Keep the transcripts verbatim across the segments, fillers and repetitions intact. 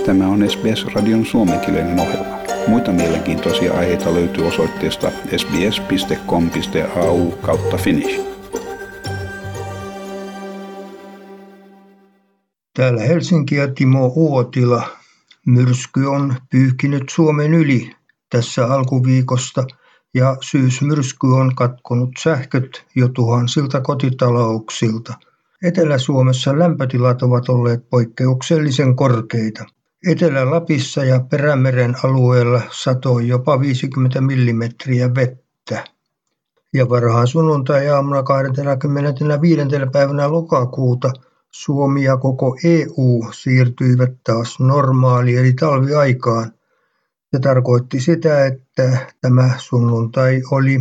Tämä on S B S-radion suomenkielinen ohjelma. Muita mielenkiintoisia aiheita löytyy osoitteesta sbs piste com piste a u kautta finnish. Täällä Helsinki ja Timo Uotila. Myrsky on pyyhkinyt Suomen yli tässä alkuviikosta ja syysmyrsky on katkonut sähköt jo tuhansilta kotitalouksilta. Etelä-Suomessa lämpötilat ovat olleet poikkeuksellisen korkeita. Etelä-Lapissa ja Perämeren alueella satoi jopa viisikymmentä millimetriä vettä. Ja varhaan sunnuntai-aamuna kahdeskymmenesviides päivänä lokakuuta Suomi ja koko E U siirtyivät taas normaali- eli talviaikaan. Se tarkoitti sitä, että tämä sunnuntai oli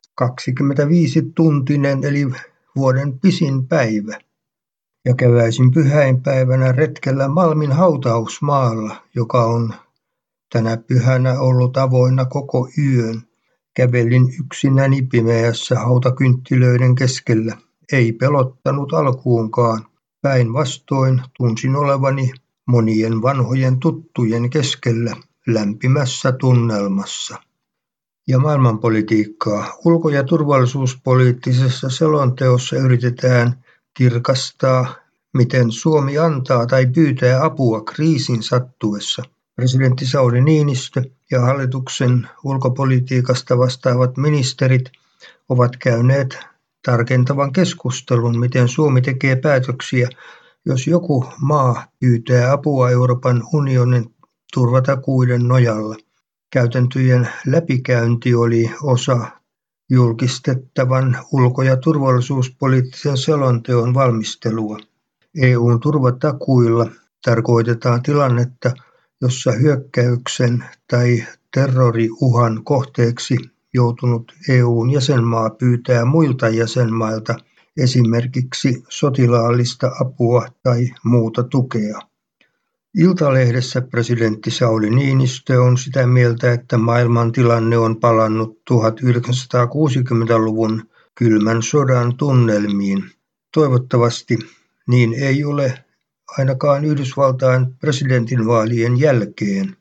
kaksikymmentäviisituntinen eli vuoden pisin päivä. Ja keväisin pyhäinpäivänä retkellä Malmin hautausmaalla, joka on tänä pyhänä ollut avoinna koko yön. Kävelin yksinäni pimeässä hautakynttilöiden keskellä. Ei pelottanut alkuunkaan. Päinvastoin tunsin olevani monien vanhojen tuttujen keskellä lämpimässä tunnelmassa. Ja maailmanpolitiikkaa. Ulko- ja turvallisuuspoliittisessa selonteossa yritetään kirkastaa, miten Suomi antaa tai pyytää apua kriisin sattuessa. Presidentti Sauli Niinistö ja hallituksen ulkopolitiikasta vastaavat ministerit ovat käyneet tarkentavan keskustelun, miten Suomi tekee päätöksiä, jos joku maa pyytää apua Euroopan unionin turvatakuiden nojalla. Käytäntöjen läpikäynti oli osa julkistettavan ulko- ja turvallisuuspoliittisen selonteon valmistelua. E U:n turvatakuilla tarkoitetaan tilannetta, jossa hyökkäyksen tai terroriuhan kohteeksi joutunut E U:n jäsenmaa pyytää muilta jäsenmailta esimerkiksi sotilaallista apua tai muuta tukea. Iltalehdessä presidentti Sauli Niinistö on sitä mieltä, että maailman tilanne on palannut tuhatyhdeksänsataakuusikymmentäluvun kylmän sodan tunnelmiin. Toivottavasti niin ei ole ainakaan Yhdysvaltain presidentinvaalien jälkeen.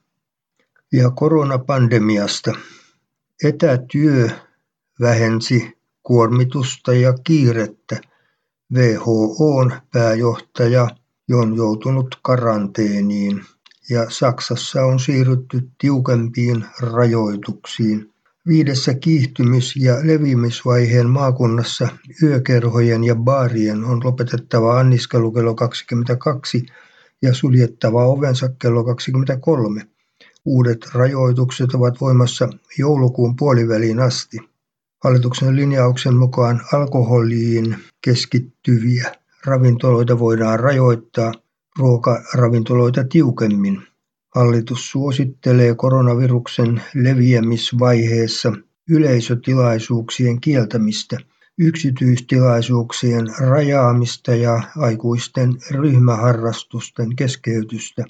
Ja koronapandemiasta. Etätyö vähensi kuormitusta ja kiirettä. W H O:n pääjohtaja on joutunut karanteeniin ja Saksassa on siirrytty tiukempiin rajoituksiin. Viidessä kiihtymis- ja leviämisvaiheen maakunnassa yökerhojen ja baarien on lopetettava anniskelu kello kaksikymmentäkaksi ja suljettava ovensa kello kaksikymmentäkolme. Uudet rajoitukset ovat voimassa joulukuun puoliväliin asti. Hallituksen linjauksen mukaan alkoholiin keskittyviä ravintoloita voidaan rajoittaa, ruokaravintoloita tiukemmin. Hallitus suosittelee koronaviruksen leviämisvaiheessa yleisötilaisuuksien kieltämistä, yksityistilaisuuksien rajaamista ja aikuisten ryhmäharrastusten keskeytystä.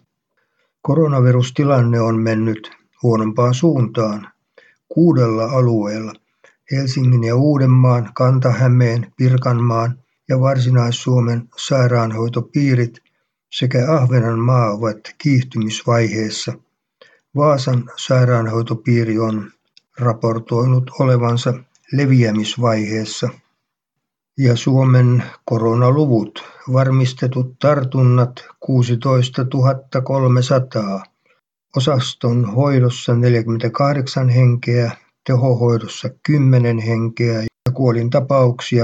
Koronavirustilanne on mennyt huonompaan suuntaan kuudella alueella. Helsingin ja Uudenmaan, Kanta-Hämeen, Pirkanmaan ja Varsinais-Suomen sairaanhoitopiirit sekä Ahvenanmaa ovat kiihtymisvaiheessa. Vaasan sairaanhoitopiiri on raportoinut olevansa leviämisvaiheessa. Ja Suomen koronaluvut. Varmistetut tartunnat kuusitoistatuhatta kolmesataa. Osaston hoidossa neljäkymmentäkahdeksan henkeä, tehohoidossa kymmenen henkeä ja kuolintapauksia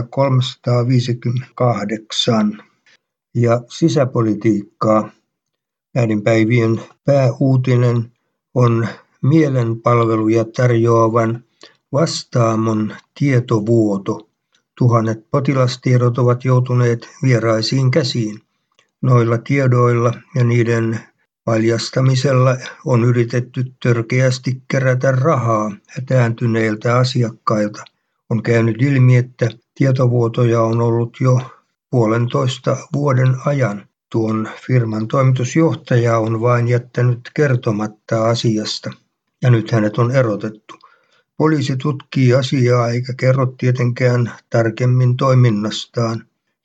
kolmesataaviisikymmentäkahdeksan. Ja sisäpolitiikkaa. Näiden päivien pääuutinen on mielenpalveluja tarjoavan Vastaamon tietovuoto. Tuhannet potilastiedot ovat joutuneet vieraisiin käsiin. Noilla tiedoilla ja niiden paljastamisella on yritetty törkeästi kerätä rahaa hätääntyneiltä asiakkailta. On käynyt ilmi, että tietovuotoja on ollut jo puolentoista vuoden ajan. Tuon firman toimitusjohtaja on vain jättänyt kertomatta asiasta ja nyt hänet on erotettu. Poliisi tutkii asiaa eikä kerro tietenkään tarkemmin toiminnastaan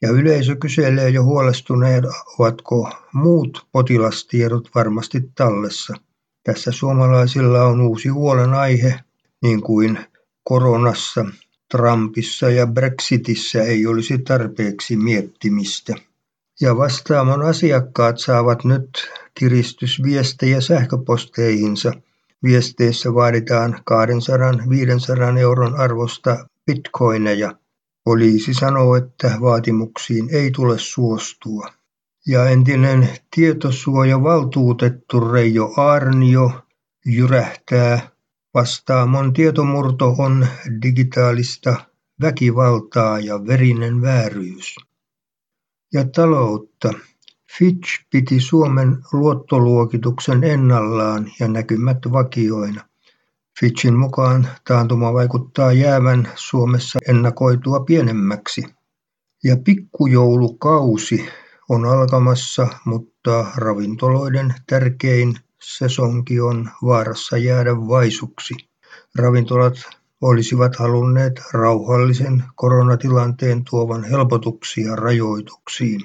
Ja yleisö kyselee jo huolestuneet, ovatko muut potilastiedot varmasti tallessa. Tässä suomalaisilla on uusi huolenaihe, niin kuin koronassa, Trumpissa ja Brexitissä ei olisi tarpeeksi miettimistä. Ja Vastaamon asiakkaat saavat nyt kiristysviestejä sähköposteihinsa. Viesteissä vaaditaan kaksisataa viisisataa euron arvosta bitcoineja. Poliisi sanoo, että vaatimuksiin ei tule suostua. Ja entinen tietosuojavaltuutettu Reijo Aarnio jyrähtää: Vastaamon tietomurto on digitaalista väkivaltaa ja verinen vääryys. Ja taloutta. Fitch piti Suomen luottoluokituksen ennallaan ja näkymät vakioina. Fitchin mukaan taantuma vaikuttaa jäävän Suomessa ennakoitua pienemmäksi. Ja pikkujoulukausi on alkamassa, mutta ravintoloiden tärkein sesonki on vaarassa jäädä vaisuksi. Ravintolat olisivat halunneet rauhallisen koronatilanteen tuovan helpotuksia rajoituksiin.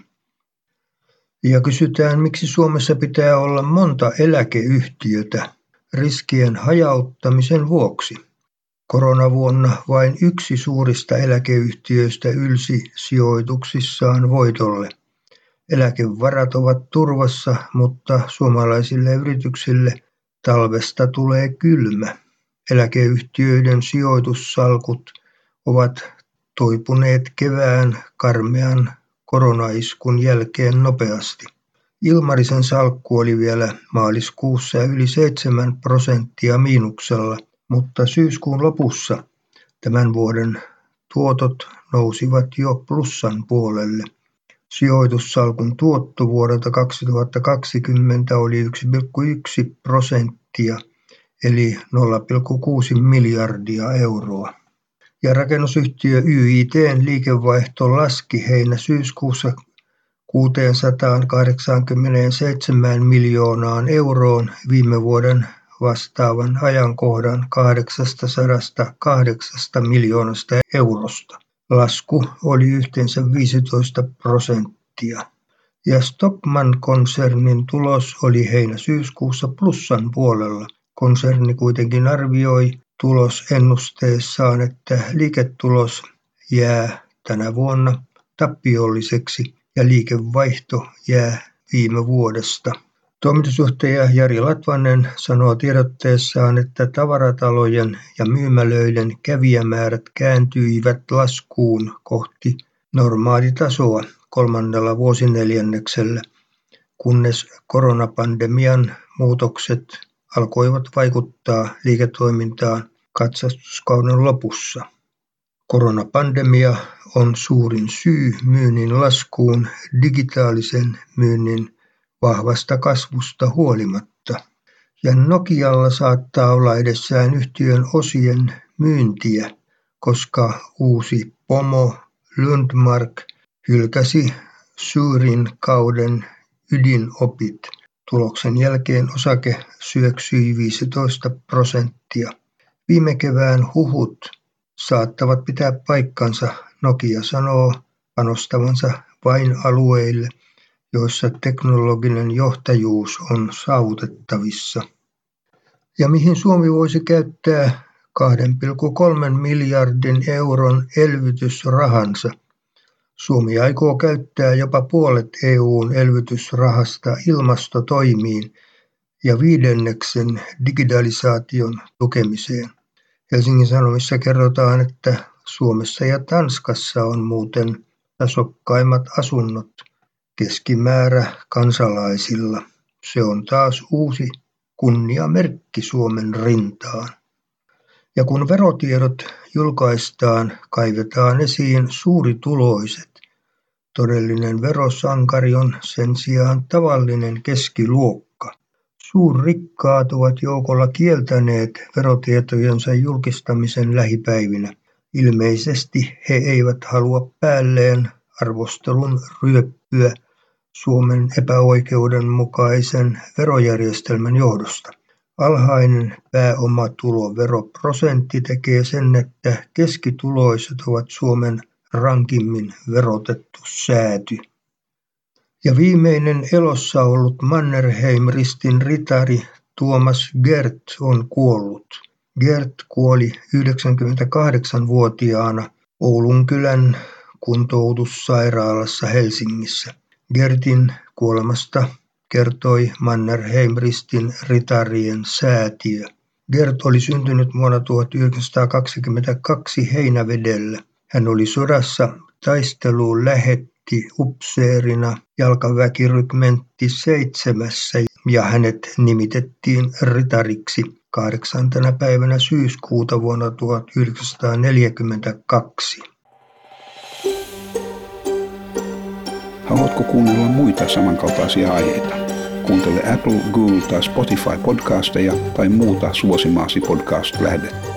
Ja kysytään, miksi Suomessa pitää olla monta eläkeyhtiötä riskien hajauttamisen vuoksi. Koronavuonna vain yksi suurista eläkeyhtiöistä ylsi sijoituksissaan voitolle. Eläkevarat ovat turvassa, mutta suomalaisille yrityksille talvesta tulee kylmä. Eläkeyhtiöiden sijoitussalkut ovat toipuneet kevään karmean koronaiskun jälkeen nopeasti. Ilmarisen salkku oli vielä maaliskuussa yli seitsemän prosenttia miinuksella, mutta syyskuun lopussa tämän vuoden tuotot nousivat jo plussan puolelle. Sijoitussalkun tuotto vuodelta kaksituhattakaksikymmentä oli yksi pilkku yksi prosenttia, eli nolla pilkku kuusi miljardia euroa. Ja rakennusyhtiö Y I T:n liikevaihto laski heinä-syyskuussa kuusisataakahdeksankymmentäseitsemän miljoonaan euroon viime vuoden vastaavan ajankohdan kahdeksansataakahdeksan miljoonasta eurosta. Lasku oli yhteensä viisitoista prosenttia. Ja Stockmann-konsernin tulos oli heinä-syyskuussa plussan puolella. Konserni kuitenkin arvioi tulosennusteessaan, että liiketulos jää tänä vuonna tappiolliseksi ja liikevaihto jää viime vuodesta. Toimitusjohtaja Jari Latvanen sanoo tiedotteessaan, että tavaratalojen ja myymälöiden kävijämäärät kääntyivät laskuun kohti normaalitasoa kolmannella vuosineljänneksellä, kunnes koronapandemian muutokset alkoivat vaikuttaa liiketoimintaan katsastuskauden lopussa. Koronapandemia on suurin syy myynnin laskuun digitaalisen myynnin vahvasta kasvusta huolimatta. Ja Nokialla saattaa olla edessään yhtiön osien myyntiä, koska uusi pomo Lundmark hylkäsi suurin kauden ydinopit. Tuloksen jälkeen osake syöksyi viisitoista prosenttia. Viime kevään huhut saattavat pitää paikkansa. Nokia sanoo panostavansa vain alueille, joissa teknologinen johtajuus on saavutettavissa. Ja mihin Suomi voisi käyttää kaksi pilkku kolme miljardin euron elvytysrahansa? Suomi aikoo käyttää jopa puolet E U:n elvytysrahasta ilmastotoimiin ja viidenneksen digitalisaation tukemiseen. Helsingin Sanomissa kerrotaan, että Suomessa ja Tanskassa on muuten tasokkaimmat asunnot keskimäärä kansalaisilla. Se on taas uusi kunniamerkki Suomen rintaan. Ja kun verotiedot julkaistaan, kaivetaan esiin suurituloiset. Todellinen verosankari on sen sijaan tavallinen keskiluokka. Suurrikkaat ovat joukolla kieltäneet verotietojensa julkistamisen lähipäivinä. Ilmeisesti he eivät halua päälleen arvostelun ryöppyä Suomen epäoikeudenmukaisen verojärjestelmän johdosta. Alhainen pääomatuloveroprosentti tekee sen, että keskituloiset ovat Suomen rankimmin verotettu sääty. Ja viimeinen elossa ollut Mannerheim-ristin ritari Tuomas Gert on kuollut. Gert kuoli yhdeksänkymmentäkahdeksanvuotiaana Oulunkylän kuntoutussairaalassa Helsingissä. Gertin kuolemasta kertoi Mannerheim-ristin ritarien säätiö. Gert oli syntynyt vuonna tuhatyhdeksänsataakaksikymmentäkaksi Heinävedellä. Hän oli sodassa taisteluun lähetti upseerina jalkaväkirykmentti seitsemässä ja hänet nimitettiin ritariksi kahdeksantena päivänä syyskuuta vuonna tuhatyhdeksänsataaneljäkymmentäkaksi. Haluatko kuunnella muita samankaltaisia aiheita? Kuuntele Apple, Google tai Spotify podcasteja tai muuta suosimaasi podcast-lähdettä.